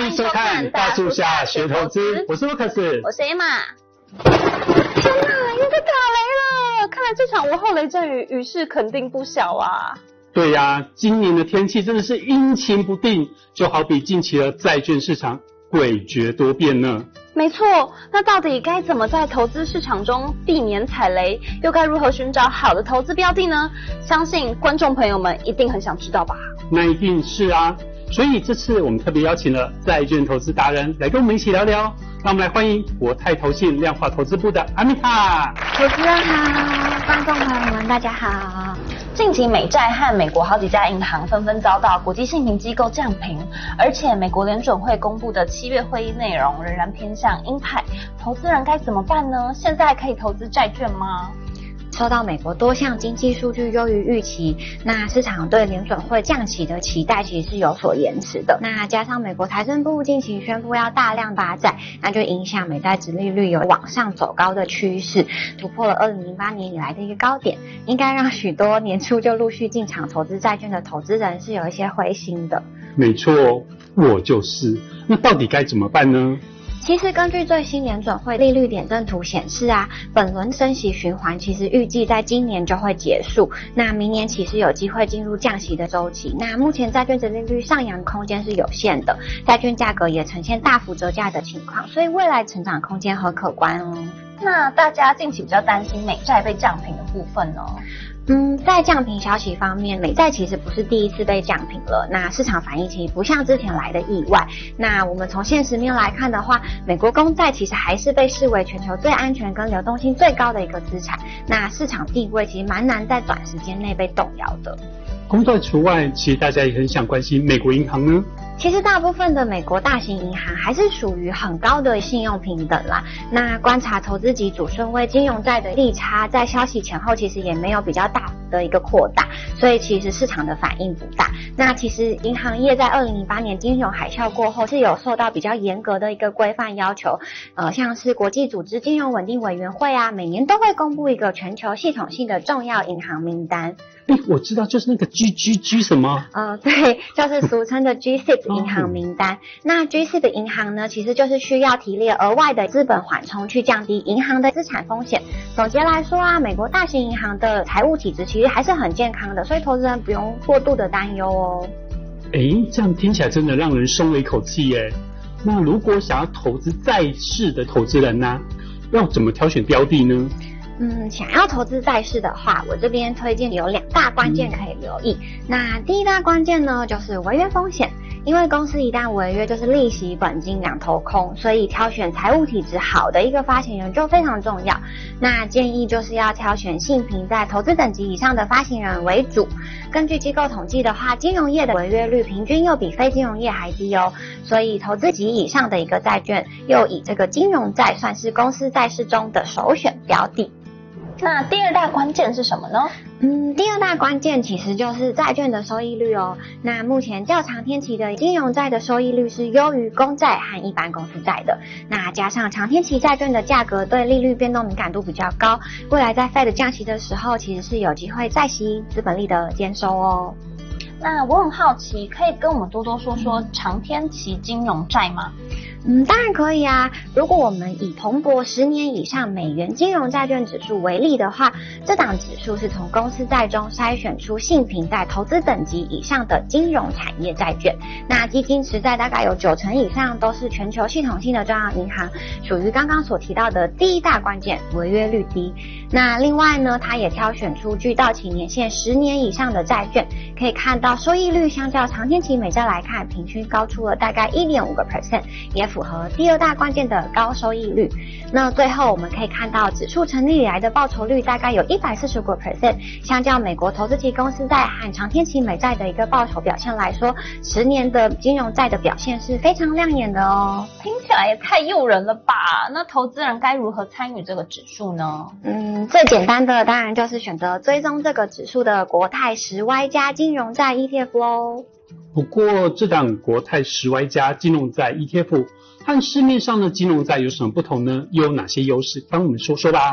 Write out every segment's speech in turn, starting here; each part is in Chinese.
迎收看大树下学投资，我是洛克斯， 我是 Emma。天哪，又在打雷了！看来这场午后雷阵雨雨势肯定不小啊。 对呀，今年的天气真的是阴晴不定，就好比近期的债券市场诡谲多变呢。 没错，那到底该怎么在投资市场中避免踩雷，又该如何寻找好的投资标的呢？相信观众朋友们一定很想知道吧？ 那一定是啊，所以这次我们特别邀请了债券投资达人来跟我们一起聊聊。让我们来欢迎国泰投信量化投资部的阿米塔。 主持人好，观众朋友们大家好。 近期美债和美国好几家银行纷纷遭到国际信评机构降评，而且美国联准会公布的7月会议内容仍然偏向鹰派，投资人该怎么办呢？现在可以投资债券吗？ 受到美国多项经济数据优于预期，那市场对联准会降息的期待其实是有所延迟的。那加上美国财政部近期宣布要大量发债，那就影响美债殖利率有往上走高的趋势，突破了2008年以来的一个高点，应该让许多年初就陆续进场投资债券的投资人是有一些灰心的。 没错，我就是。那到底该怎么办呢？ 其实根据最新联准会利率点阵图显示啊，本轮升息循环其实预计在今年就会结束，那明年其实有机会进入降息的周期。那目前债券殖利率上扬空间是有限的，债券价格也呈现大幅折价的情况，所以未来成长空间很可观哦。 那大家近期比较担心美债被降评的部分呢？ 在降评消息方面，美债其实不是第一次被降评了，那市场反应其实不像之前来的意外。那我们从现实面来看的话，美国公债其实还是被视为全球最安全跟流动性最高的一个资产，那市场地位其实蛮难在短时间内被动摇的。 公债除外，其实大家也很想关心美国银行呢。 其实大部分的美国大型银行还是属于很高的信用评等啦。那观察投资级主顺位金融债的利差，在消息前后其实也没有比较大的一个扩大，所以其实市场的反应不大。那其实银行业在2008年金融海啸过后是有受到比较严格的一个规范要求，像是国际组织金融稳定委员会啊，每年都会公布一个全球系统性的重要银行名单。 我知道，就是那个 G 什么？ 对，就是俗称的 G-SIB 银行名单。那 G-SIB 银行呢，其实就是需要提列额外的资本缓冲，去降低银行的资产风险。总结来说啊，美国大型银行的财务体质其实还是很健康的，所以投资人不用过度的担忧哦。 这样听起来真的让人松了一口气耶。那如果想要投资债市的投资人呢，要怎么挑选标的呢？ 想要投资债市的话，我这边推荐有2大关键可以留意。那第一大关键呢，就是违约风险。因为公司一旦违约，就是利息本金两头空，所以挑选财务体质好的一个发行人就非常重要。那建议就是要挑选信评在投资等级以上的发行人为主。根据机构统计的话，金融业的违约率平均又比非金融业还低哦，所以投资级以上的一个债券，又以这个金融债算是公司债市中的首选标的。 那第2大关键是什么呢？ 第2大关键其实就是债券的收益率哦。那目前较长天期的金融债的收益率是优于公债和一般公司债的。那加上长天期债券的价格对利率变动敏感度比较高，未来在 Fed 降息的时候，其实是有机会再吸资本利的兼收哦。 那我很好奇，可以跟我们多多说说长天期金融债吗？ 当然可以啊。如果我们以彭博10年以上美元金融债券指数为例的话，这档指数是从公司债中筛选出信评在投资等级以上的金融产业债券。那基金持债大概有90%以上都是全球系统性的重要银行，属于刚刚所提到的第1大关键，违约率低。那另外呢，它也挑选出具到期年限10年以上的债券，可以看到收益率相较长天期美债来看，平均高出了大概 1.5%， 也符合第2大关键的高收益率。那最后我们可以看到指数成立以来的报酬率大概有145%，相较美国投资级公司债和长天期美债的一个报酬表现来说，10年的金融债的表现是非常亮眼的哦。 听起来也太诱人了吧？那投资人该如何参与这个指数呢？ 最简单的当然就是选择追踪这个指数的国泰10Y 加金融债 ETF 咯。 不过这档国泰10Y 加金融债 ETF 和市面上的金融债有什么不同呢？又有哪些优势？帮我们说说吧。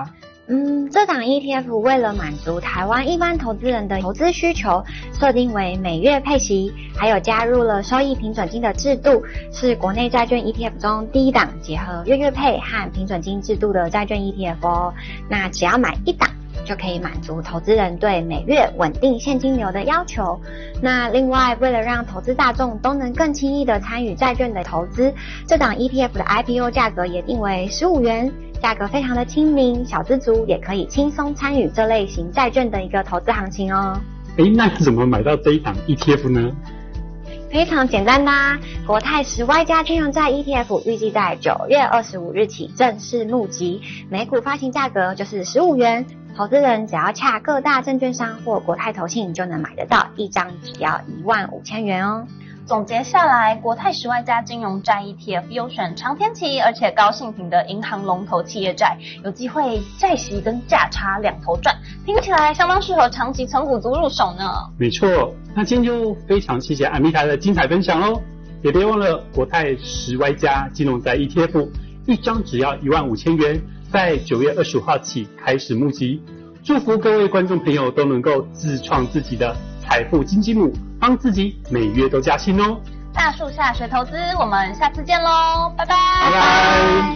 这档 ETF 为了满足台湾一般投资人的投资需求，设定为每月配息，还有加入了收益平准金的制度，是国内债券 ETF 中第一档结合月月配和平准金制度的债券 ETF 哦。那只要买一档，就可以满足投资人对每月稳定现金流的要求。那另外，为了让投资大众都能更轻易的参与债券的投资，这档 ETF 的 IPO 价格也定为15元，价格非常的亲民，小资族也可以轻松参与这类型债券的一个投资行情哦。 那怎么买到这一档 ETF 呢？ 非常简单啦，国泰10Y 加金融债 ETF 预计在9月25日起正式募集，每股发行价格就是15元，投资人只要洽各大证券商或国泰投信就能买得到，一张只要15000元哦。 总结下来，国泰10Y加金融债 ETF 优选长天期而且高信评的银行龙头企业债，有机会债息跟价差两头赚，听起来相当适合长期存股族入手呢。没错，那今天就非常谢谢安米塔的精彩分享咯，也别忘了国泰10Y加金融债 ETF 一张只要15000元，在9月25号起开始募集，祝福各位观众朋友都能够自创自己的财富金鸡母，帮自己每月都加薪哦。 大树下学投资，我们下次见喽，拜拜。 拜拜。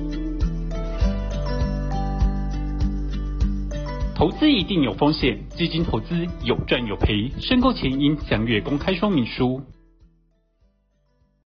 投资一定有风险，基金投资有赚有赔，申购前应详阅公开说明书。